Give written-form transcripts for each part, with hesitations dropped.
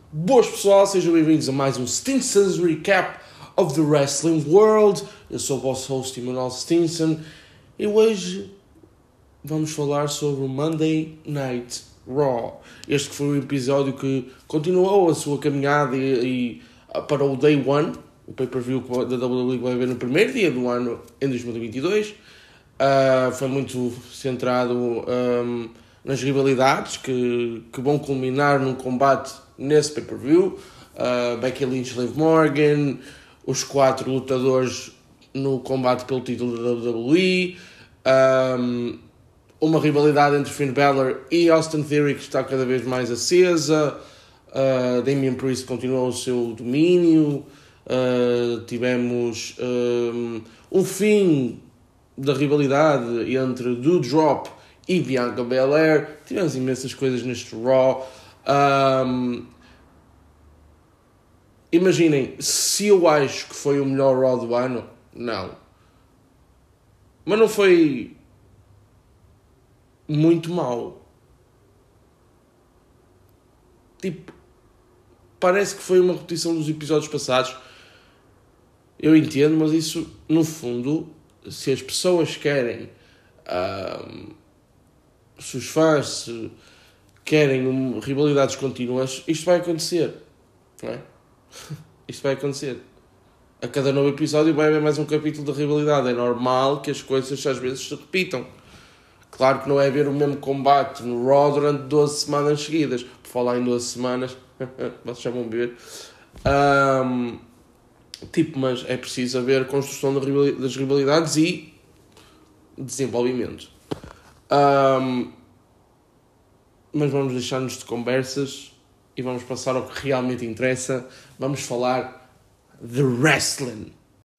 Boas pessoal, sejam bem-vindos a mais um Stinson's Recap of the Wrestling World. Eu sou o vosso host Emanuel Stinson e hoje vamos falar sobre o Monday Night Raw. Este que foi o episódio que continuou a sua caminhada e para o Day 1, o pay-per-view da WWE que vai haver no primeiro dia do ano em 2022. Foi muito centrado nas rivalidades que vão culminar num combate nesse pay-per-view. Becky Lynch, Liv Morgan, os 4 lutadores no combate pelo título da WWE, uma rivalidade entre Finn Balor e Austin Theory que está cada vez mais acesa. Damian Priest continuou o seu domínio. Tivemos um fim da rivalidade entre Doudrop e Bianca Belair. Tivemos imensas coisas neste Raw. Imaginem, se eu acho que foi o melhor Raw do ano, não. Mas não foi muito mau. Tipo, parece que foi uma repetição dos episódios passados. Eu entendo, mas isso, no fundo, se as pessoas querem, se os fãs querem rivalidades contínuas, isto vai acontecer, não é? Isto vai acontecer. A cada novo episódio vai haver mais um capítulo de rivalidade. É normal que as coisas às vezes se repitam. Claro que não é haver o mesmo combate no Raw durante 12 semanas seguidas. Por falar em 12 semanas, vocês já vão ver. Mas é preciso haver construção das rivalidades e desenvolvimento. Mas vamos deixar-nos de conversas e vamos passar ao que realmente interessa. Vamos falar de wrestling.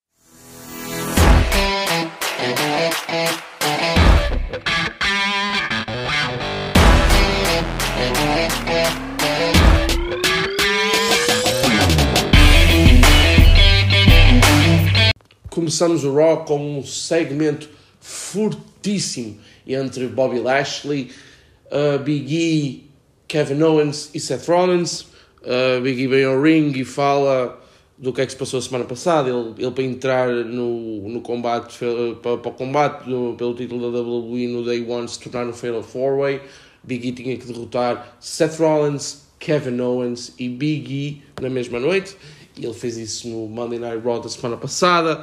Começamos o Raw com um segmento fortíssimo entre Bobby Lashley, Big E, Kevin Owens e Seth Rollins. Big E vem ao ringue e fala do que é que se passou a semana passada. Ele para entrar no combate, para o combate pelo título da WWE no Day 1 se tornar no Fatal 4-Way, Big E tinha que derrotar Seth Rollins, Kevin Owens e Big E na mesma noite. E ele fez isso no Monday Night Raw da semana passada.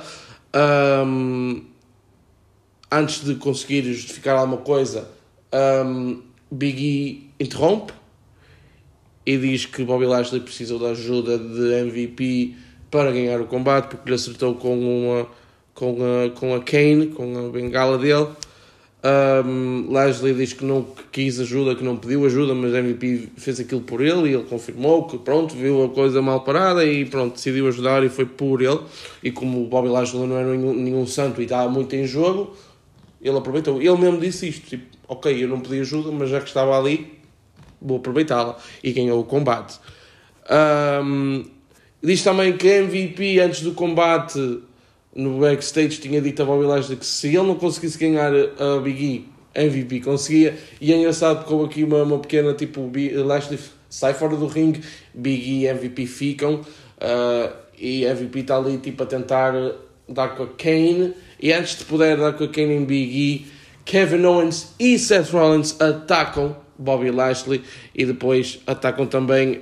Antes de conseguir justificar alguma coisa, Big E interrompe e diz que Bobby Lashley precisou da ajuda de MVP para ganhar o combate, porque lhe acertou com a Kane, com a bengala dele. Lashley diz que não quis ajuda, que não pediu ajuda, mas MVP fez aquilo por ele e ele confirmou que pronto, viu a coisa mal parada e pronto, decidiu ajudar e foi por ele. E como o Bobby Lashley não era nenhum santo e estava muito em jogo, ele aproveitou. Ele mesmo disse isto, tipo, ok, eu não pedi ajuda, mas já que estava ali, vou aproveitá-la, e ganhou o combate. Diz também que MVP antes do combate no backstage tinha dito a Bobby Lashley que se ele não conseguisse ganhar a Big E, MVP conseguia. E é engraçado porque houve aqui uma pequena tipo, Lashley sai fora do ringue, Big E e MVP ficam, e MVP está ali tipo a tentar dar com a Kane, e antes de poder dar com a Kane em Big E, Kevin Owens e Seth Rollins atacam Bobby Lashley e depois atacam também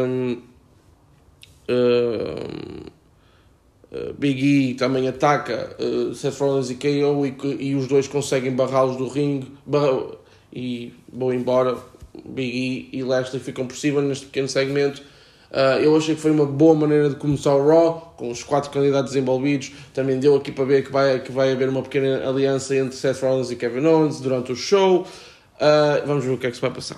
Big E também ataca Seth Rollins e KO e os dois conseguem barrá-los do ringue e vão embora. Big E e Lashley ficam por cima neste pequeno segmento. Eu achei que foi uma boa maneira de começar o Raw, com os 4 candidatos envolvidos. Também deu aqui para ver que vai haver uma pequena aliança entre Seth Rollins e Kevin Owens durante o show. Vamos ver o que é que se vai passar.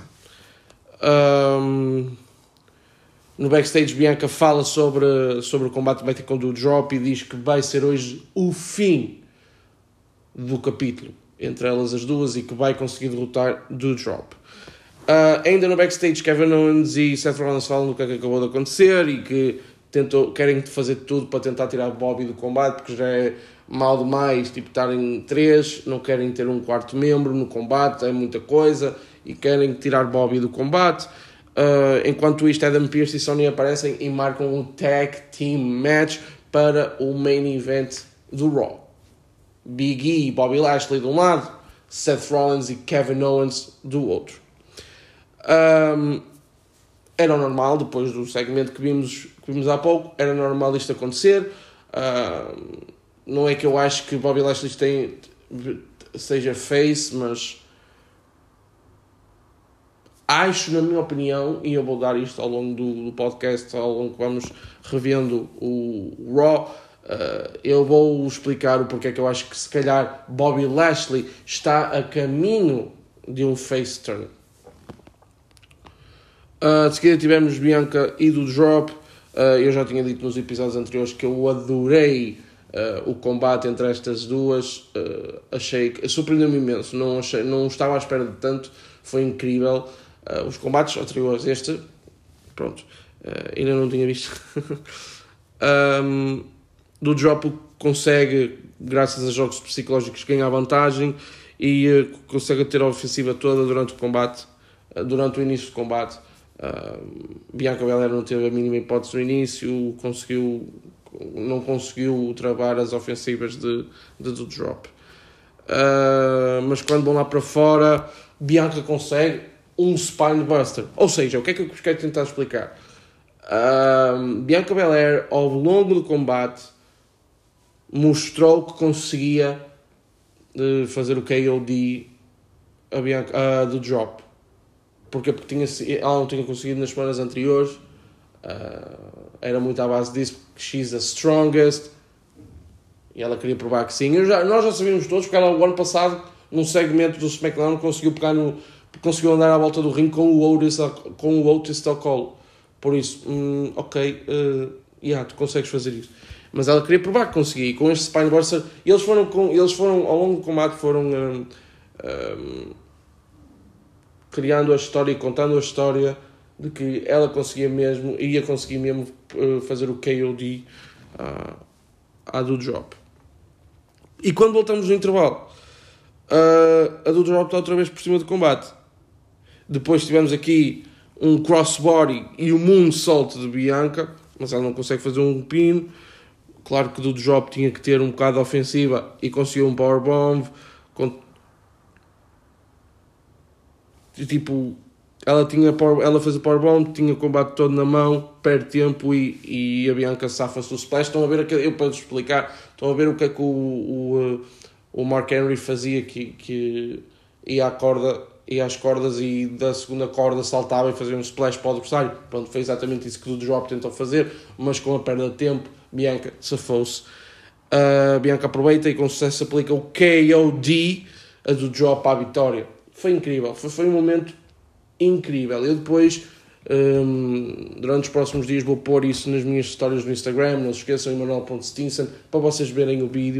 No backstage, Bianca fala sobre o combate que vai ter com o Doudrop e diz que vai ser hoje o fim do capítulo entre elas as duas e que vai conseguir derrotar Doudrop. Ainda no backstage, Kevin Owens e Seth Rollins falam do que é que acabou de acontecer e que querem fazer tudo para tentar tirar Bobby do combate, porque já é mal demais, tipo, estarem 3, não querem ter um 4º membro no combate, é muita coisa, e querem tirar Bobby do combate. Enquanto isto, Adam Pearce e Sony aparecem e marcam um tag team match para o main event do Raw. Big E e Bobby Lashley de um lado, Seth Rollins e Kevin Owens do outro. Era normal, depois do segmento que vimos há pouco, era normal isto acontecer. Não é que eu acho que Bobby Lashley seja face, mas acho, na minha opinião, e eu vou dar isto ao longo do podcast, ao longo que vamos revendo o Raw, eu vou explicar o porquê que eu acho que se calhar Bobby Lashley está a caminho de um face turn. De seguida tivemos Bianca e do Drop. Eu já tinha dito nos episódios anteriores que eu adorei o combate entre estas duas. Achei que surpreendeu-me imenso, não estava à espera de tanto, foi incrível. Os combates anteriores a este, pronto, ainda não tinha visto. Do Drop consegue, graças a jogos psicológicos, ganhar vantagem e consegue ter a ofensiva toda durante o combate, durante o início do combate. Bianca Belair não teve a mínima hipótese no início, não conseguiu travar as ofensivas do Drop. Mas quando vão lá para fora, Bianca consegue um Spinebuster. Ou seja, o que é que eu quero tentar explicar? Bianca Belair, ao longo do combate, mostrou que conseguia fazer o KOD do Drop. Porque ela não tinha conseguido nas semanas anteriores. Era muito à base disso, porque she's the strongest. E ela queria provar que sim. Nós já sabíamos todos, porque ela, o ano passado, num segmento do SmackDown, conseguiu andar à volta do ringue com o Otis ao colo. Por isso, ok, tu consegues fazer isso. Mas ela queria provar que conseguia. E com este Spinebuster, eles foram ao longo do combate, criando a história e contando a história de que ela ia conseguir mesmo fazer o KOD à do Drop. E quando voltamos no intervalo, a do Drop está outra vez por cima do combate. Depois tivemos aqui um crossbody e o moonsault de Bianca, mas ela não consegue fazer um pin. Claro que do Drop tinha que ter um bocado de ofensiva e conseguiu um powerbomb. Ela fez o powerbomb, tinha o combate todo na mão, perde tempo e a Bianca safa-se do splash. Estão a ver eu para explicar, estão a ver o que é que o Mark Henry fazia, que ia às cordas e da segunda corda saltava e fazia um splash para o adversário. Pronto, foi exatamente isso que o Drop tentou fazer, mas com a perda de tempo, Bianca safou-se. Bianca aproveita e com sucesso aplica o KOD, a do Drop à vitória. Foi incrível, foi um momento incrível. Eu depois, durante os próximos dias, vou pôr isso nas minhas histórias no Instagram. Não se esqueçam, Emanuel.Stinson, para vocês verem o vídeo.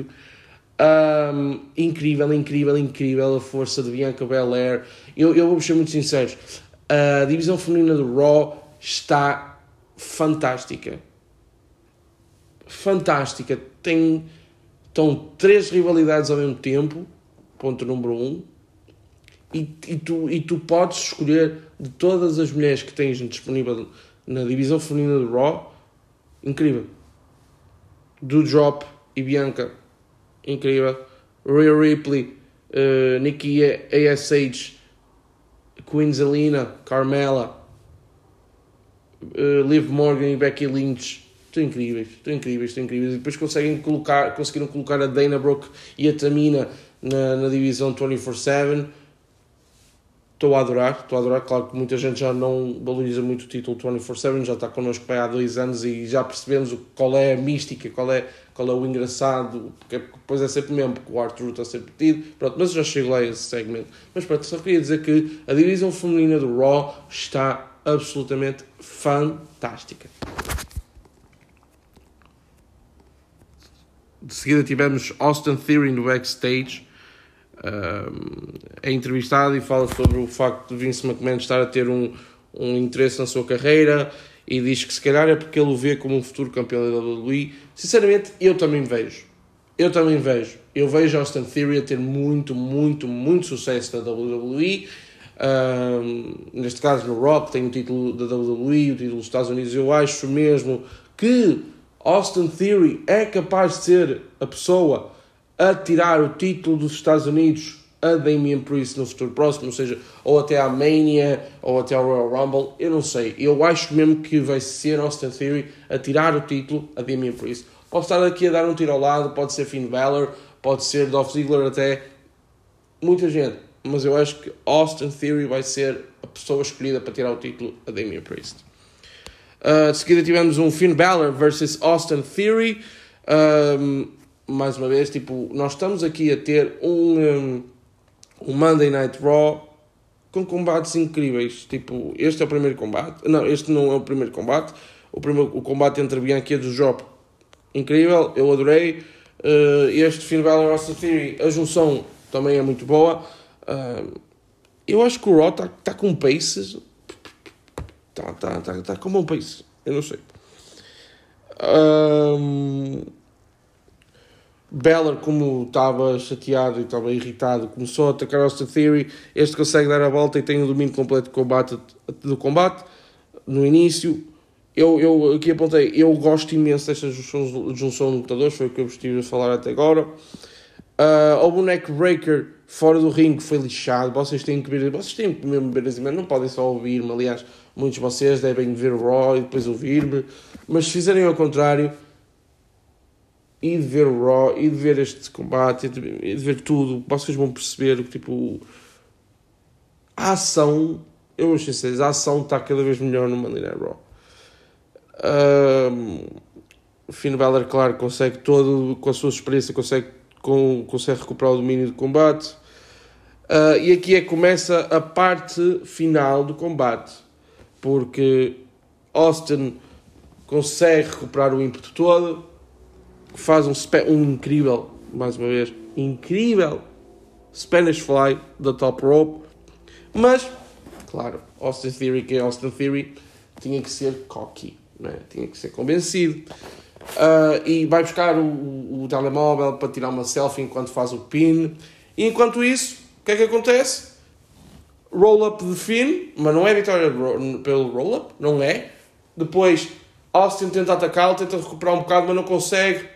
Incrível a força de Bianca Belair. Eu vou ser muito sincero, a divisão feminina do Raw está fantástica. Estão 3 rivalidades ao mesmo tempo, ponto número 1. E tu podes escolher de todas as mulheres que tens disponível na divisão feminina do Raw. Incrível. Do Drop e Bianca, incrível. Rhea Ripley, Nikki ASH, Queen Zelina, Carmella, Liv Morgan e Becky Lynch. Estão incríveis. E depois conseguiram colocar a Dana Brooke e a Tamina na divisão 24/7. Estou a adorar. Claro que muita gente já não valoriza muito o título 24/7, já está connosco há 2 anos e já percebemos qual é a mística, qual é o engraçado, porque depois é sempre mesmo, porque o Arthur está sempre pedido. Pronto, mas eu já chego lá a esse segmento. Mas pronto, só queria dizer que a divisão feminina do Raw está absolutamente fantástica. De seguida tivemos Austin Theory no backstage. É entrevistado e fala sobre o facto de Vince McMahon estar a ter um interesse na sua carreira e diz que se calhar é porque ele o vê como um futuro campeão da WWE. Sinceramente, eu também vejo. Eu vejo Austin Theory a ter muito sucesso na WWE. neste caso no Rock, tem o título da WWE, o título dos Estados Unidos. Eu acho mesmo que Austin Theory é capaz de ser a pessoa a tirar o título dos Estados Unidos a Damian Priest no futuro próximo, ou seja, ou até à Mania, ou até ao Royal Rumble, eu não sei. Eu acho mesmo que vai ser Austin Theory a tirar o título a Damian Priest. Pode estar aqui a dar um tiro ao lado, pode ser Finn Balor, pode ser Dolph Ziggler, até muita gente. Mas eu acho que Austin Theory vai ser a pessoa escolhida para tirar o título a Damian Priest. De seguida tivemos um Finn Balor versus Austin Theory. Mais uma vez, tipo, nós estamos aqui a ter um Monday Night Raw com combates incríveis. Tipo, este é o primeiro combate. Não, este não é o primeiro combate. O combate entre Bianchi e Drop, incrível, eu adorei. Este Finn Balor Austin Theory, a junção também é muito boa. Eu acho que o Raw está com paces. Está com bom pace. Eu não sei. Balor, como estava chateado e estava irritado, começou a atacar Austin Theory. Este consegue dar a volta e tem o domínio completo do combate no início. Eu aqui apontei, eu gosto imenso desta junção de lutadores, foi o que eu estive a falar até agora. O neck breaker fora do ringue foi lixado. Vocês têm que mesmo ver as imagens, não podem só ouvir-me. Aliás, muitos de vocês devem ver o Raw e depois ouvir-me, mas se fizerem ao contrário, e de ver o Raw, e de ver este combate, e de ver tudo, vocês vão perceber que, tipo, a ação, eu vou ser sincero, a ação está cada vez melhor no Monday Night Raw. O Finn Balor, claro, consegue todo, com a sua experiência, consegue recuperar o domínio do combate. E aqui é que começa a parte final do combate, porque Austin consegue recuperar o ímpeto todo, faz um incrível, mais uma vez, incrível Spanish Fly da top rope, mas, claro, Austin Theory, que é Austin Theory, tinha que ser cocky, não é? Tinha que ser convencido, e vai buscar o telemóvel para tirar uma selfie enquanto faz o pin, e enquanto isso, o que é que acontece? Roll-up de Finn, mas não é vitória pelo roll-up, não é. Depois Austin tenta atacá-lo, tenta recuperar um bocado, mas não consegue.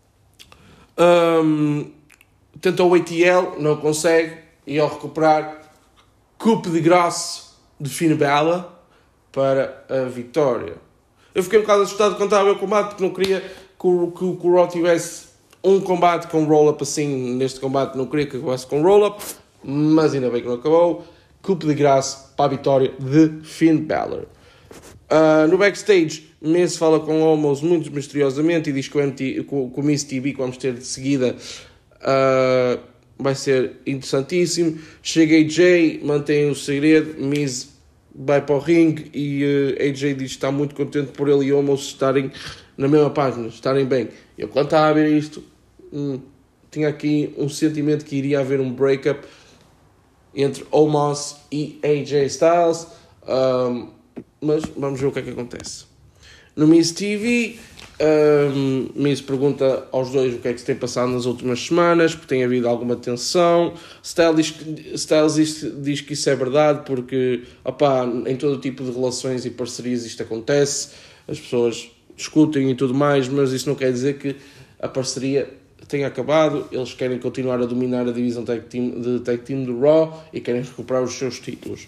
Tenta o ATL, não consegue, e ao recuperar, coup de graça de Finn Balor para a vitória. Eu fiquei um bocado assustado quando estava a ver o combate, porque não queria que o Raw tivesse um combate com roll-up assim. Neste combate não queria que acabasse com roll-up, mas ainda bem que não acabou. Coup de graça para a vitória de Finn Balor. No backstage, Miz fala com Omos muito misteriosamente e diz que o Miz TV que vamos ter de seguida vai ser interessantíssimo. Chega AJ, mantém o segredo, Miz vai para o ringue e AJ diz que está muito contente por ele e Omos estarem na mesma página, estarem bem. Eu, quando estava a ver isto, tinha aqui um sentimento que iria haver um breakup entre Omos e AJ Styles, mas vamos ver o que é que acontece. No Miz TV, Miz pergunta aos dois o que é que se tem passado nas últimas semanas, porque tem havido alguma tensão. Styles diz que isso é verdade, porque em todo tipo de relações e parcerias isto acontece, as pessoas discutem e tudo mais, mas isso não quer dizer que a parceria tenha acabado. Eles querem continuar a dominar a divisão tag team do Raw e querem recuperar os seus títulos.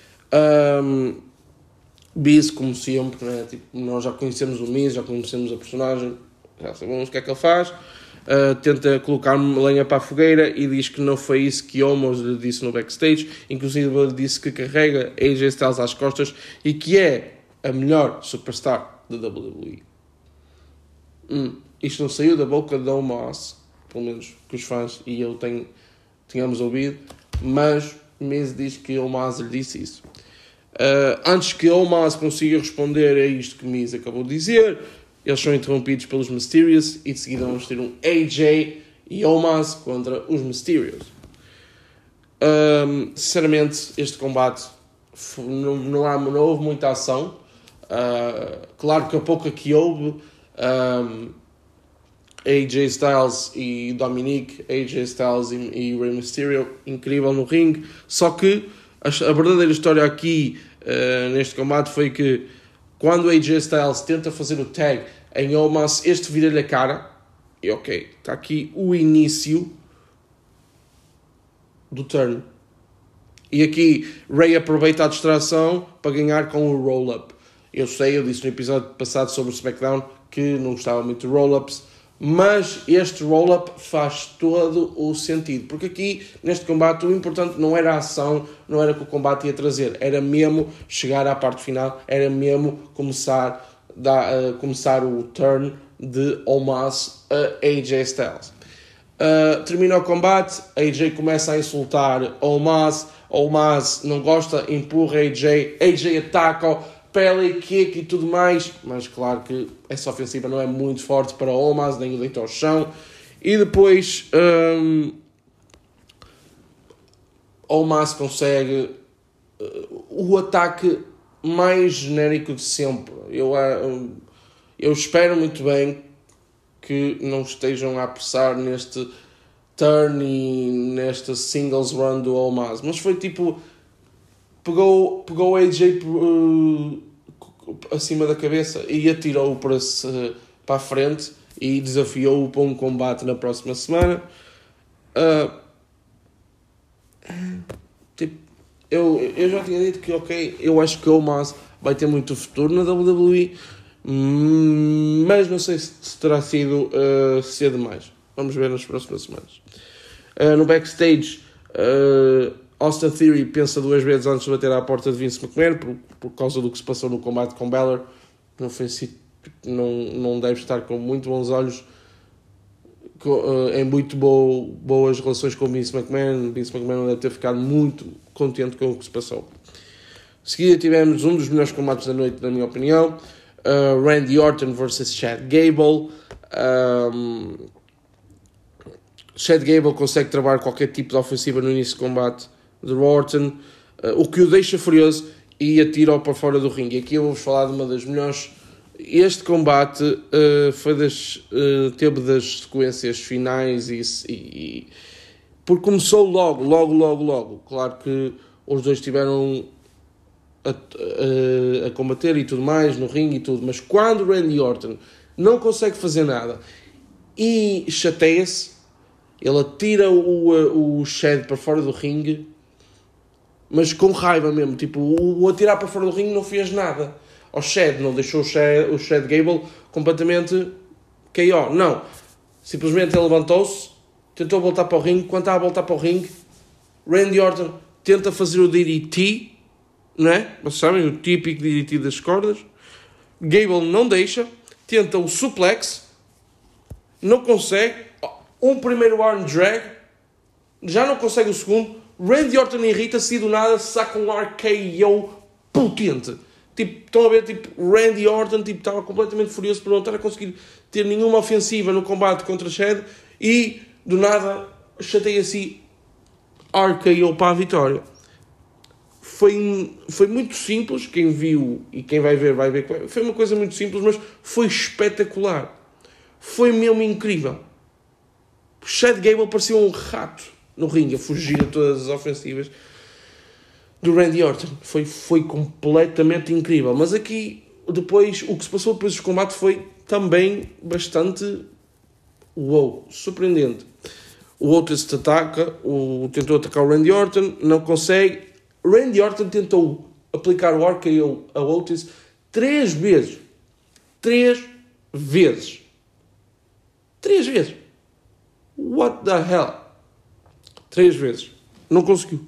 Miz, como sempre, né? Tipo, nós já conhecemos o Miz, já conhecemos a personagem, já sabemos o que é que ele faz. Tenta colocar lenha para a fogueira e diz que não foi isso que Omos lhe disse no backstage. Inclusive ele disse que carrega AJ Styles às costas e que é a melhor superstar da WWE. Isto não saiu da boca de Omos, pelo menos que os fãs e eu tínhamos ouvido, mas Miz diz que Omos lhe disse isso. Antes que Omos consiga responder a isto que Miz acabou de dizer, eles são interrompidos pelos Mysterios e de seguida vamos ter um AJ e Omos contra os Mysterios. Sinceramente, este combate não houve muita ação. Claro que a pouca que houve, AJ Styles e Dominic, AJ Styles e Rey Mysterio, incrível no ringue, só que A verdadeira história aqui, neste combate, foi que quando AJ Styles tenta fazer o tag em Omos, este vira-lhe a cara. E ok, está aqui o início do turn. E aqui Ray aproveita a distração para ganhar com o roll-up. Eu sei, eu disse no episódio passado sobre o SmackDown que não gostava muito de roll-ups, mas este roll-up faz todo o sentido. Porque aqui, neste combate, o importante não era a ação, não era o que o combate ia trazer. Era mesmo chegar à parte final, era mesmo começar o turn de Omos a AJ Styles. Termina o combate, AJ começa a insultar Omos não gosta, empurra AJ ataca, pele, kick e tudo mais, mas claro que essa ofensiva não é muito forte para Omos, nem o deita ao chão, e depois Omos consegue o ataque mais genérico de sempre. Eu espero muito bem que não estejam a apressar neste turn e nesta singles run do Omos, mas foi tipo, pegou o AJ acima da cabeça e atirou-o para a frente e desafiou-o para um combate na próxima semana. Eu já tinha dito que ok, eu acho que o Omos vai ter muito futuro na WWE, mas não sei se terá sido cedo demais. Vamos ver nas próximas semanas. No backstage, Austin Theory pensa duas vezes antes de bater à porta de Vince McMahon por causa do que se passou no combate com Balor. Não deve estar com muito bons olhos em muito boas relações com Vince McMahon. Vince McMahon não deve ter ficado muito contente com o que se passou. Em seguida tivemos um dos melhores combates da noite, na minha opinião, Randy Orton vs Chad Gable. Chad Gable consegue travar qualquer tipo de ofensiva no início do combate de Orton, o que o deixa furioso e atira-o para fora do ringue. E aqui eu vou-vos falar de uma das melhores. Este combate teve das sequências finais e porque começou logo. Claro que os dois estiveram a combater e tudo mais no ringue e tudo, mas quando Randy Orton não consegue fazer nada e chateia-se, ele atira o Chad para fora do ringue, mas com raiva mesmo. Tipo, o atirar para fora do ringue não fez nada ao Chad, não deixou o Chad Gable completamente KO. Não, simplesmente ele levantou-se, tentou voltar para o ringue. Quando estava a voltar para o ringue, Randy Orton tenta fazer o DDT, não é? Vocês sabem, o típico DDT das cordas. Gable não deixa, tenta o suplex, não consegue. Um primeiro arm drag, já não consegue o segundo. Randy Orton irrita-se e do nada saca um RKO potente. Tipo, estão a ver, tipo, Randy Orton estava completamente furioso por não estar a conseguir ter nenhuma ofensiva no combate contra Chad e do nada chateia-se RKO para a vitória. Foi muito simples, quem viu e quem vai ver que foi uma coisa muito simples, mas foi espetacular. Foi mesmo incrível. Chad Gable parecia um rato no ringue a fugir a todas as ofensivas do Randy Orton. Foi completamente incrível. Mas aqui, depois, o que se passou depois do combate foi também bastante surpreendente. O Otis tentou atacar o Randy Orton, não consegue. Randy Orton tentou aplicar o RKO a Otis 3 vezes. 3 vezes. What the hell? 3 vezes. Não conseguiu.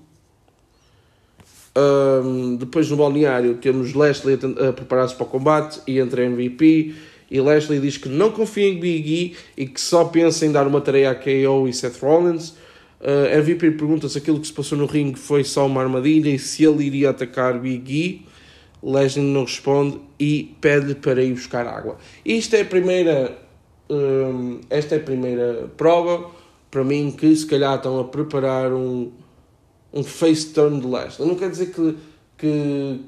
Depois no balneário temos Lashley a preparar-se para o combate e entra MVP. E Lashley diz que não confia em Big E e que só pensa em dar uma tarefa a KO e Seth Rollins. MVP pergunta se aquilo que se passou no ringue foi só uma armadilha e se ele iria atacar Big E. Lashley não responde e pede-lhe para ir buscar água. Esta é a primeira prova para mim que se calhar estão a preparar um face turn de Lashley. Não quer dizer que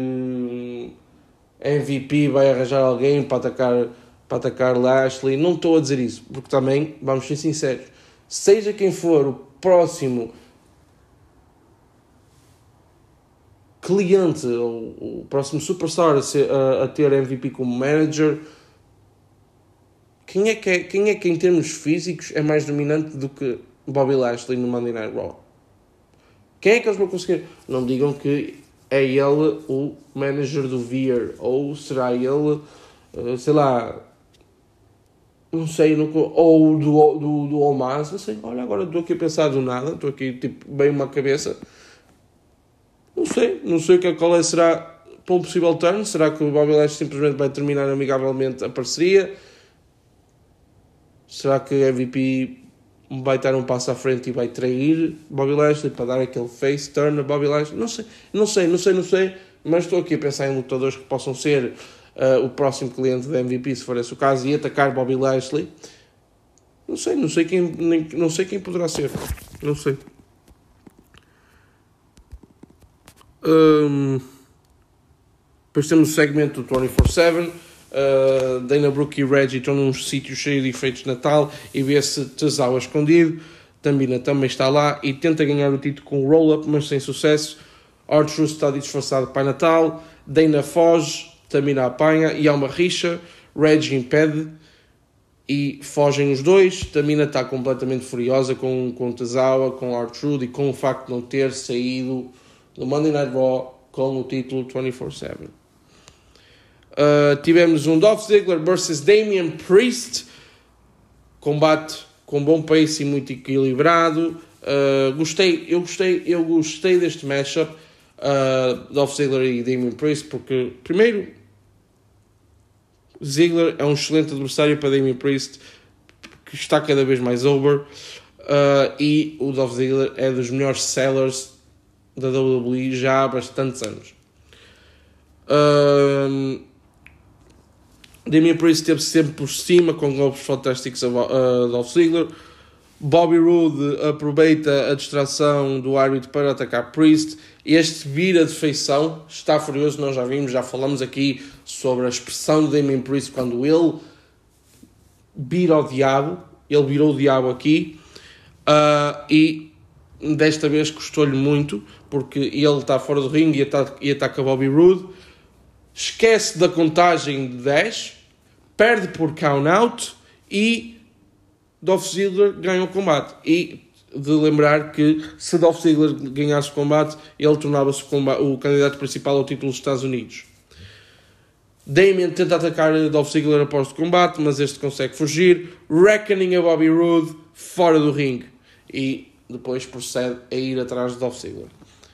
MVP vai arranjar alguém para atacar Lashley. Não estou a dizer isso, porque também, vamos ser sinceros, seja quem for o próximo cliente, o próximo superstar a ter MVP como manager, quem é que em termos físicos é mais dominante do que Bobby Lashley no Monday Night Raw? Quem é que eles vão conseguir? Não digam que é ele o manager do Veer, ou será ele, sei lá, não sei, ou do Omaz, não sei. Olha, agora estou aqui a pensar do nada, estou aqui tipo bem uma cabeça. Não sei qual será para um possível turn. Será que o Bobby Lashley simplesmente vai terminar amigavelmente a parceria? Será que o MVP vai estar um passo à frente e vai trair Bobby Lashley para dar aquele face turn a Bobby Lashley? Não sei, mas estou aqui a pensar em lutadores que possam ser o próximo cliente da MVP, se for esse o caso, e atacar Bobby Lashley. Não sei quem poderá ser. Não sei. Depois temos o segmento do 24/7. Dana Brooke e Reggie estão num sítio cheio de efeitos de Natal e vê-se Tozawa escondido. Tamina também está lá e tenta ganhar o título com o roll-up, mas sem sucesso. R-Truth está disfarçado para Natal. Dana foge, Tamina apanha e há uma rixa. Reggie impede e fogem os dois. Tamina está completamente furiosa com Tozawa, com R-Truth e com o facto de não ter saído no Monday Night Raw com o título 24/7. Tivemos um Dolph Ziggler vs Damian Priest, combate com bom pace e muito equilibrado. Eu gostei deste matchup, Dolph Ziggler e Damian Priest, porque primeiro Ziggler é um excelente adversário para Damian Priest, que está cada vez mais over, e o Dolph Ziggler é dos melhores sellers da WWE já há bastantes anos. Damian Priest esteve sempre por cima com golpes fantásticos a Dolph Ziggler. Bobby Roode aproveita a distração do árbitro para atacar Priest. Este vira de feição, está furioso, nós já falamos aqui sobre a expressão de Damian Priest quando ele vira o diabo. Ele virou o diabo aqui, e desta vez custou-lhe muito, porque ele está fora do ringue e ataca Bobby Roode. Esquece da contagem de 10, perde por count-out e Dolph Ziggler ganha o combate. E de lembrar que se Dolph Ziggler ganhasse o combate, ele tornava-se o candidato principal ao título dos Estados Unidos. Damian tenta atacar Dolph Ziggler após o combate, mas este consegue fugir. Reckoning a Bobby Roode fora do ringue e depois procede a ir atrás de Dolph Ziggler.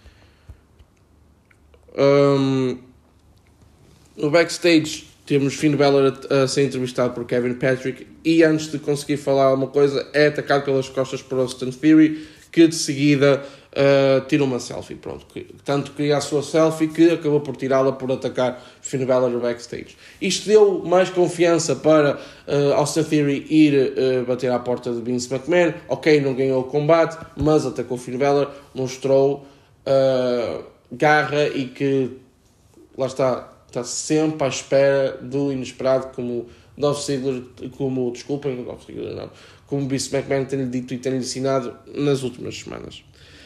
No backstage temos Finn Balor a ser entrevistado por Kevin Patrick e antes de conseguir falar uma coisa é atacado pelas costas por Austin Theory, que de seguida tira uma selfie. Pronto, tanto queria a sua selfie que acabou por tirá-la por atacar Finn Balor no backstage. Isto deu mais confiança para Austin Theory ir bater à porta de Vince McMahon. Ok, não ganhou o combate, mas atacou Finn Balor, mostrou garra e que lá está sempre à espera do inesperado, como Dolph Ziggler, como Vince McMahon tem-lhe dito e tem-lhe ensinado nas últimas semanas.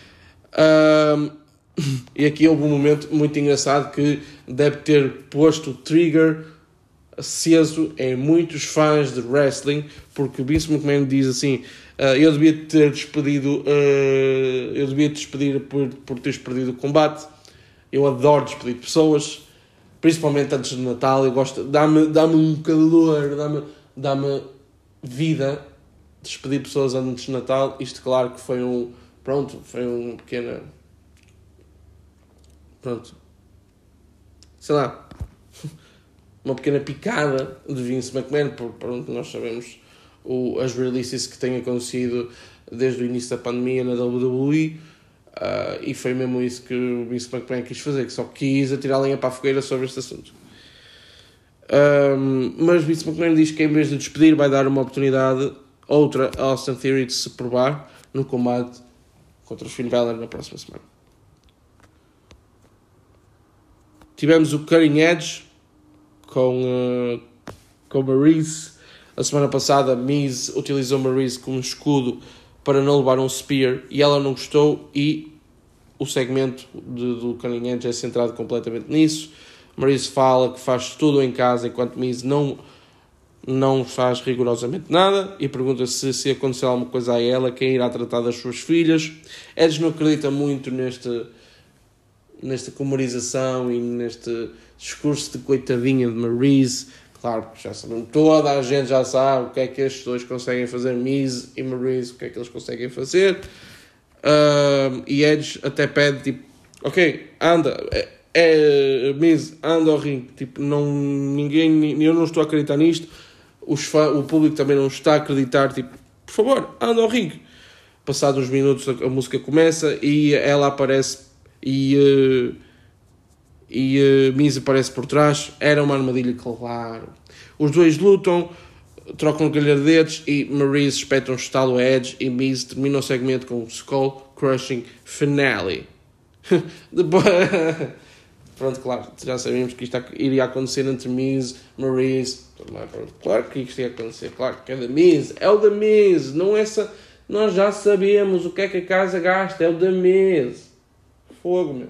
E aqui houve um momento muito engraçado que deve ter posto o trigger aceso em muitos fãs de wrestling, porque Vince McMahon diz assim: eu devia ter despedido por teres perdido o combate. Eu adoro despedir pessoas, principalmente antes do Natal. Eu gosto, dá-me um calor, dá-me vida despedir pessoas antes do Natal. Isto, claro, que foi um pequeno, sei lá, uma pequena picada de Vince McMahon, por onde nós sabemos as releases que têm acontecido desde o início da pandemia na WWE. E foi mesmo isso que o Vince McMahon quis fazer, que só quis atirar a lenha para a fogueira sobre este assunto. Mas Vince McMahon diz que em vez de despedir vai dar uma oportunidade outra a Austin Theory de se provar no combate contra o Finn Balor na próxima semana. Tivemos o Cutting Edge com Maryse. A semana passada Miz utilizou Maryse como escudo para não levar um spear e ela não gostou e o segmento do Cunning Edge é centrado completamente nisso. Maryse fala que faz tudo em casa, enquanto Miz não faz rigorosamente nada, e pergunta se acontecer alguma coisa a ela, quem irá tratar das suas filhas. Edge não acredita muito nesta comemorização e neste discurso de coitadinha de Maryse. Claro, já sabemos, toda a gente já sabe o que é que estes dois conseguem fazer, Miz e Maryse, o que é que eles conseguem fazer. E Edge até pede, tipo, ok, anda, Miz, anda ao ringue, tipo, eu não estou a acreditar nisto, o público também não está a acreditar, tipo, por favor, anda ao ringue. Passados uns minutos a música começa e ela aparece e Miz aparece por trás. Era uma armadilha, claro. Os dois lutam, trocam galhardetes e Maryse espeta um estalo a Edge e Miz termina o segmento com um Skull Crushing Finale. Depois... Pronto, claro, já sabíamos que isto iria acontecer entre Miz, Maryse. Claro que isto ia acontecer, claro que é da Miz, é o da Miz, não é essa. Nós já sabemos o que é que a casa gasta, é o da Miz. Fogo, meu.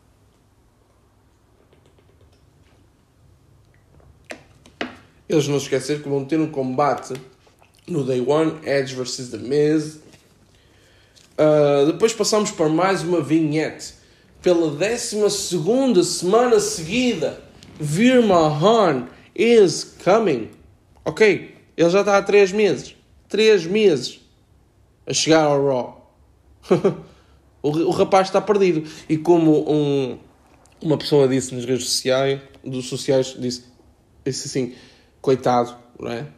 Eles não se esquecer que vão ter um combate no Day One, Edge vs The Miz. Depois passamos para mais uma vignette. Pela 12ª semana seguida, Veer Mahaan is coming. Ok, ele já está há 3 meses. 3 meses a chegar ao Raw. o rapaz está perdido. E como uma pessoa disse nas redes sociais, disse assim, coitado, não é?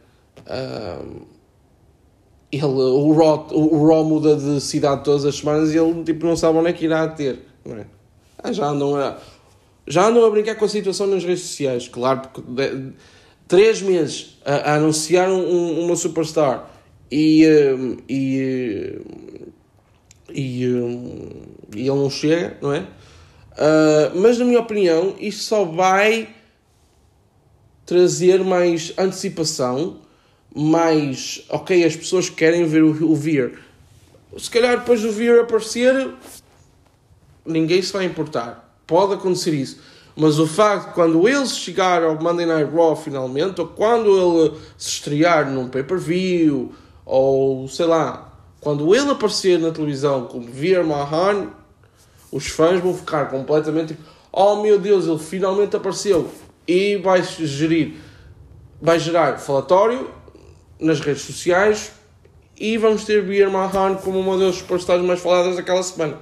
O Raw muda de cidade todas as semanas e ele tipo, não sabe onde é que irá ter, não é? Já andam a brincar com a situação nas redes sociais, claro, porque 3 meses a anunciar uma superstar e ele não chega, não é? Mas na minha opinião isto só vai trazer mais antecipação, mais, ok, as pessoas querem ver o Veer. Se calhar depois do Veer aparecer, ninguém se vai importar. Pode acontecer isso. Mas o facto de quando ele chegar ao Monday Night Raw finalmente, ou quando ele se estrear num pay-per-view, ou sei lá, quando ele aparecer na televisão como Veer Mahaan, os fãs vão ficar completamente, oh meu Deus, ele finalmente apareceu. E vai gerar falatório nas redes sociais e vamos ter Veer Mahaan como uma das superstars mais faladas daquela semana.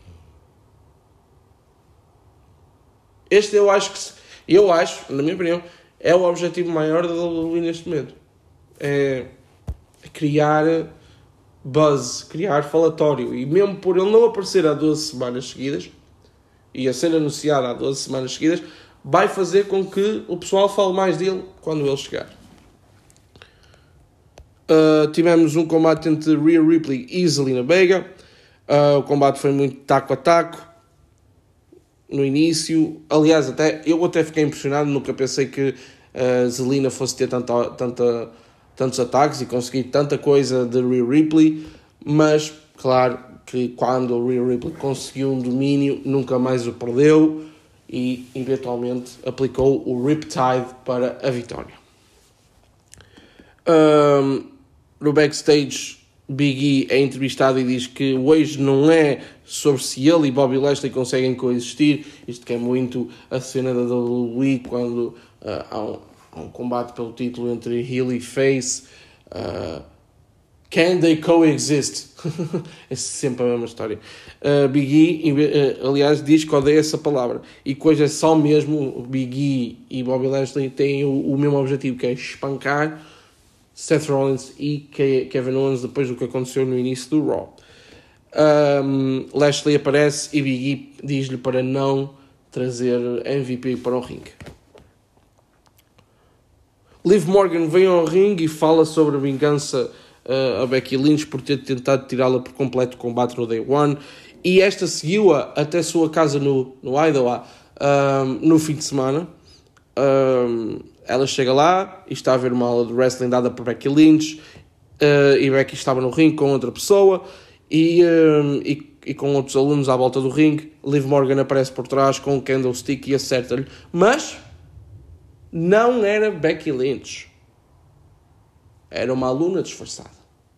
Este eu acho, na minha opinião, é o objetivo maior da WWE neste momento. É criar buzz, criar falatório. E mesmo por ele não aparecer há 12 semanas seguidas, e a ser anunciado há 12 semanas seguidas, vai fazer com que o pessoal fale mais dele quando ele chegar. Tivemos um combate entre Rhea Ripley e Zelina Vega. O combate foi muito taco a taco no início. Aliás, eu até fiquei impressionado. Nunca pensei que Zelina fosse ter tantos ataques e conseguir tanta coisa de Rhea Ripley. Mas, claro, que quando a Rhea Ripley conseguiu um domínio, nunca mais o perdeu. E, eventualmente, aplicou o Riptide para a vitória. No backstage, Big E é entrevistado e diz que hoje não é sobre se ele e Bobby Lashley conseguem coexistir. Isto que é muito a cena da WWE quando há um combate pelo título entre heel e face. Can they coexist? É sempre a mesma história. Big E, aliás, diz que odeia essa palavra. E que hoje é só mesmo Big E e Bobby Lashley têm o mesmo objetivo, que é espancar Seth Rollins e Kevin Owens depois do que aconteceu no início do Raw. Lashley aparece e Big E diz-lhe para não trazer MVP para o ringue. Liv Morgan vem ao ringue e fala sobre a vingança a Becky Lynch por ter tentado tirá-la por completo do combate no Day One, e esta seguiu-a até sua casa no Idaho no fim de semana. Ela chega lá e está a ver uma aula de wrestling dada por Becky Lynch, e Becky estava no ringue com outra pessoa e e com outros alunos à volta do ringue. Liv Morgan aparece por trás com o candlestick e acerta-lhe. Mas não era Becky Lynch. Era uma aluna disfarçada.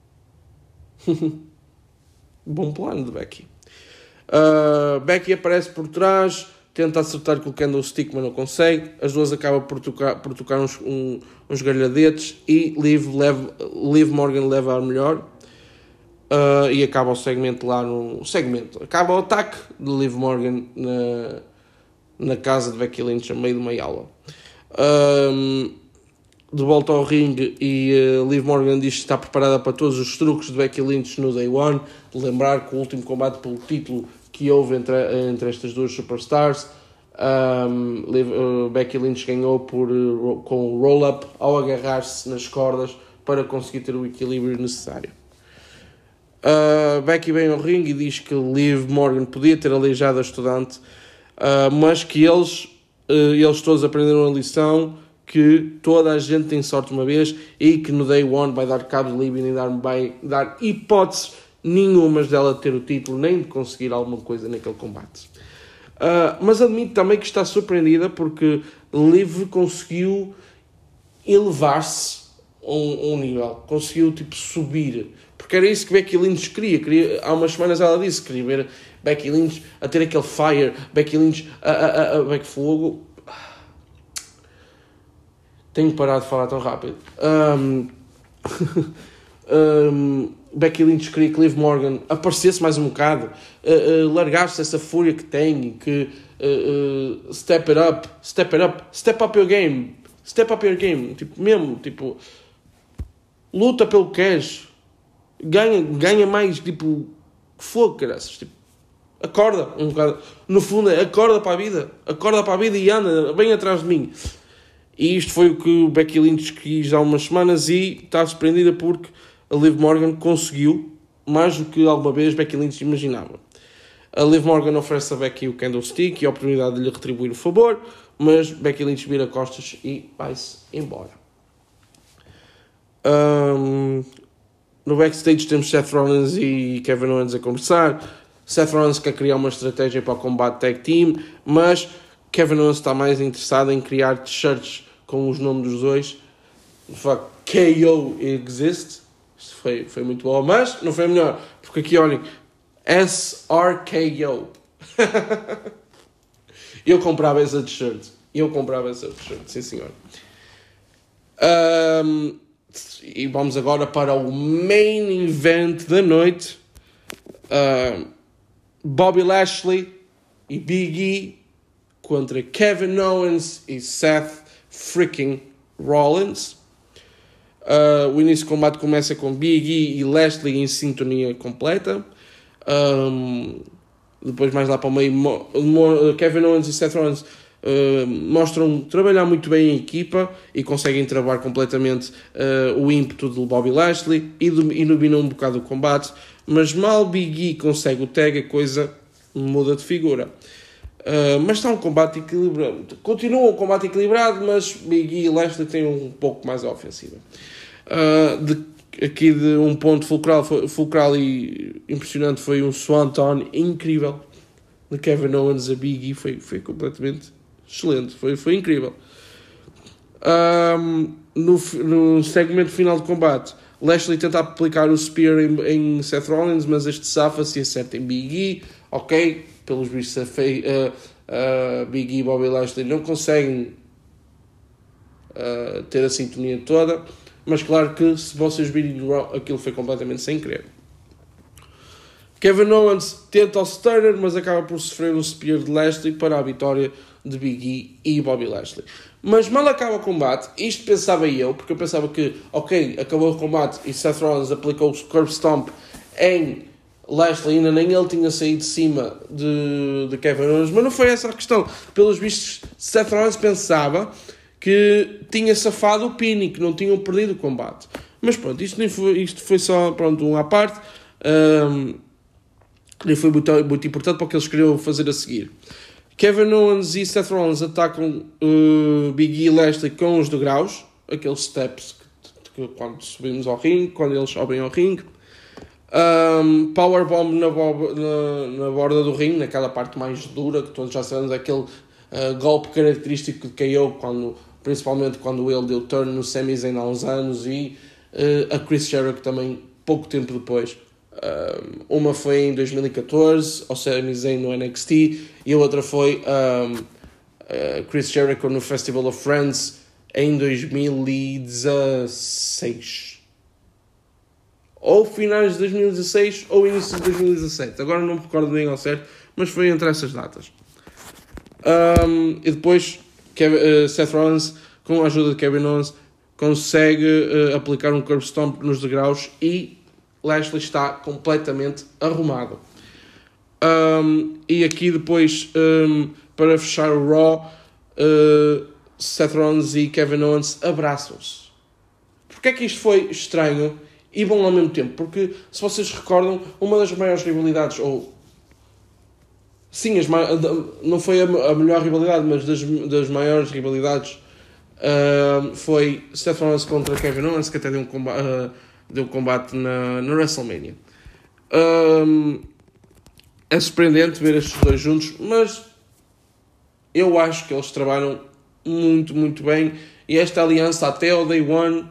Bom plano de Becky. Becky aparece por trás, tenta acertar com o candlestick, mas não consegue. As duas acabam por tocar uns galhadetes e Liv Morgan leva a melhor. E acaba o segmento lá no... Acaba o ataque de Liv Morgan na casa de Becky Lynch, a meio de uma aula. De volta ao ringue e Liv Morgan diz que está preparada para todos os truques de Becky Lynch no Day One. De lembrar que o último combate pelo título que houve entre estas duas superstars, Becky Lynch ganhou com o roll-up ao agarrar-se nas cordas para conseguir ter o equilíbrio necessário. Becky vem ao ringue e diz que Liv Morgan podia ter aleijado a estudante, mas que eles todos aprenderam a lição, que toda a gente tem sorte uma vez e que no Day One vai dar cabo de Liv e nem vai dar hipótese nenhumas dela ter o título, nem de conseguir alguma coisa naquele combate. Mas admito também que está surpreendida porque Liv conseguiu elevar-se a um nível, conseguiu subir, porque era isso que Becky Lynch queria. Há umas semanas ela disse que queria ver Becky Lynch a ter aquele fire, Becky Lynch a Becky Fogo. Tenho que parar de falar tão rápido. Becky Lynch queria que Liv Morgan aparecesse mais um bocado, largasse essa fúria que tem, que step up your game, luta pelo cash, ganha mais, que fogo, caraças, acorda um bocado, no fundo acorda para a vida e anda bem atrás de mim. E isto foi o que o Becky Lynch quis há umas semanas e está surpreendida porque a Liv Morgan conseguiu mais do que alguma vez Becky Lynch imaginava. A Liv Morgan oferece a Becky o candlestick e a oportunidade de lhe retribuir o favor, mas Becky Lynch vira costas e vai-se embora. No backstage temos Seth Rollins e Kevin Owens a conversar. Seth Rollins quer criar uma estratégia para o combate tag team, mas Kevin Owens está mais interessado em criar t-shirts com os nomes dos dois. De facto, KO existe. Isto foi muito bom, mas não foi melhor, porque aqui olhem, SRKO. Eu comprava essa t-shirt, sim senhor. E vamos agora para o main event da noite. Bobby Lashley e Big E contra Kevin Owens e Seth freaking Rollins. O início do combate começa com Big E e Lashley em sintonia completa. Depois mais lá para o meio, Kevin Owens e Seth Rollins mostram trabalhar muito bem em equipa e conseguem travar completamente o ímpeto de Bobby Lashley e dominam um bocado o combate, mas mal Big E consegue o tag, a coisa muda de figura. Mas está um combate equilibrado. Continua um combate equilibrado, mas Big E e Lashley têm um pouco mais a ofensiva. Aqui de um ponto fulcral e impressionante foi um Swanton incrível de Kevin Owens a Big E. Foi completamente excelente, foi incrível. No segmento final do combate, Lashley tenta aplicar o Spear em Seth Rollins, mas este safa-se e acerta em Big E. Ok, pelos vistos Big E e Bobby Lashley não conseguem ter a sintonia toda, mas claro que se vocês virem aquilo foi completamente sem querer. Kevin Owens tenta o Stunner, mas acaba por sofrer um Spear de Lashley para a vitória de Big E e Bobby Lashley. Mas mal acaba o combate, isto pensava eu, porque eu pensava que, ok, acabou o combate e Seth Rollins aplicou o Curb Stomp em Lashley, ainda nem ele tinha saído de cima de Kevin Owens, mas não foi essa a questão. Pelos vistos, Seth Rollins pensava que tinha safado o pin e que não tinham perdido o combate. Mas pronto, isto foi só um à parte. E foi muito importante para o que eles queriam fazer a seguir. Kevin Owens e Seth Rollins atacam Big E e Lashley com os degraus, aqueles steps que quando subimos ao ringue, quando eles sobem ao ringue. Powerbomb na borda do ringue, naquela parte mais dura, que todos já sabemos, aquele golpe característico de KO, principalmente quando ele deu turn no Sami Zayn há uns anos, e a Chris Jericho também, pouco tempo depois. Uma foi em 2014, ao Sami Zayn no NXT, e a outra foi Chris Jericho no Festival of Friends em 2016. Ou finais de 2016 ou início de 2017. Agora não me recordo bem ao certo, mas foi entre essas datas. E depois Seth Rollins, com a ajuda de Kevin Owens, consegue aplicar um curb stomp nos degraus e Lashley está completamente arrumado. E aqui depois, para fechar o Raw, Seth Rollins e Kevin Owens abraçam-se. Porquê é que isto foi estranho e bom ao mesmo tempo? Porque, se vocês recordam, uma das maiores rivalidades, sim, não foi a melhor rivalidade, mas das maiores rivalidades, foi Seth Rollins contra Kevin Owens, que até deu um combate na WrestleMania. É surpreendente ver estes dois juntos, mas eu acho que eles trabalham muito, muito bem, e esta aliança até ao Day One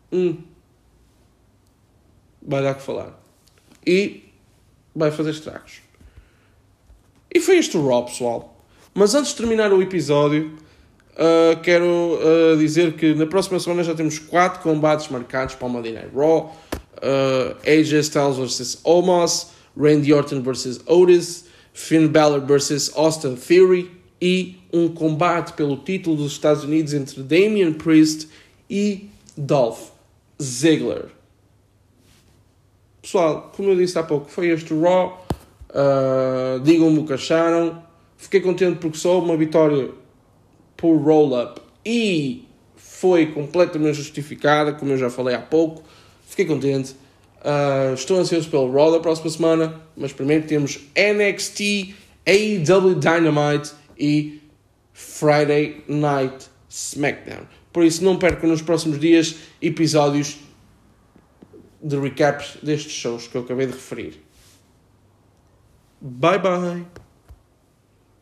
vai dar que falar e vai fazer estragos. E foi este o Raw, pessoal. Mas antes de terminar o episódio, quero dizer que na próxima semana já temos 4 combates marcados para o Monday Night Raw. AJ Styles vs Omos, Randy Orton vs Otis, Finn Balor vs Austin Theory e um combate pelo título dos Estados Unidos entre Damian Priest e Dolph Ziggler. Pessoal, como eu disse há pouco, foi este o Raw. Digam-me o que acharam. Fiquei contente porque só uma vitória por roll-up e foi completamente justificada, como eu já falei há pouco. Fiquei contente. Estou ansioso pelo Raw da próxima semana, mas primeiro temos NXT, AEW Dynamite e Friday Night SmackDown. Por isso não percam nos próximos dias episódios de recaps destes shows que eu acabei de referir. Bye bye!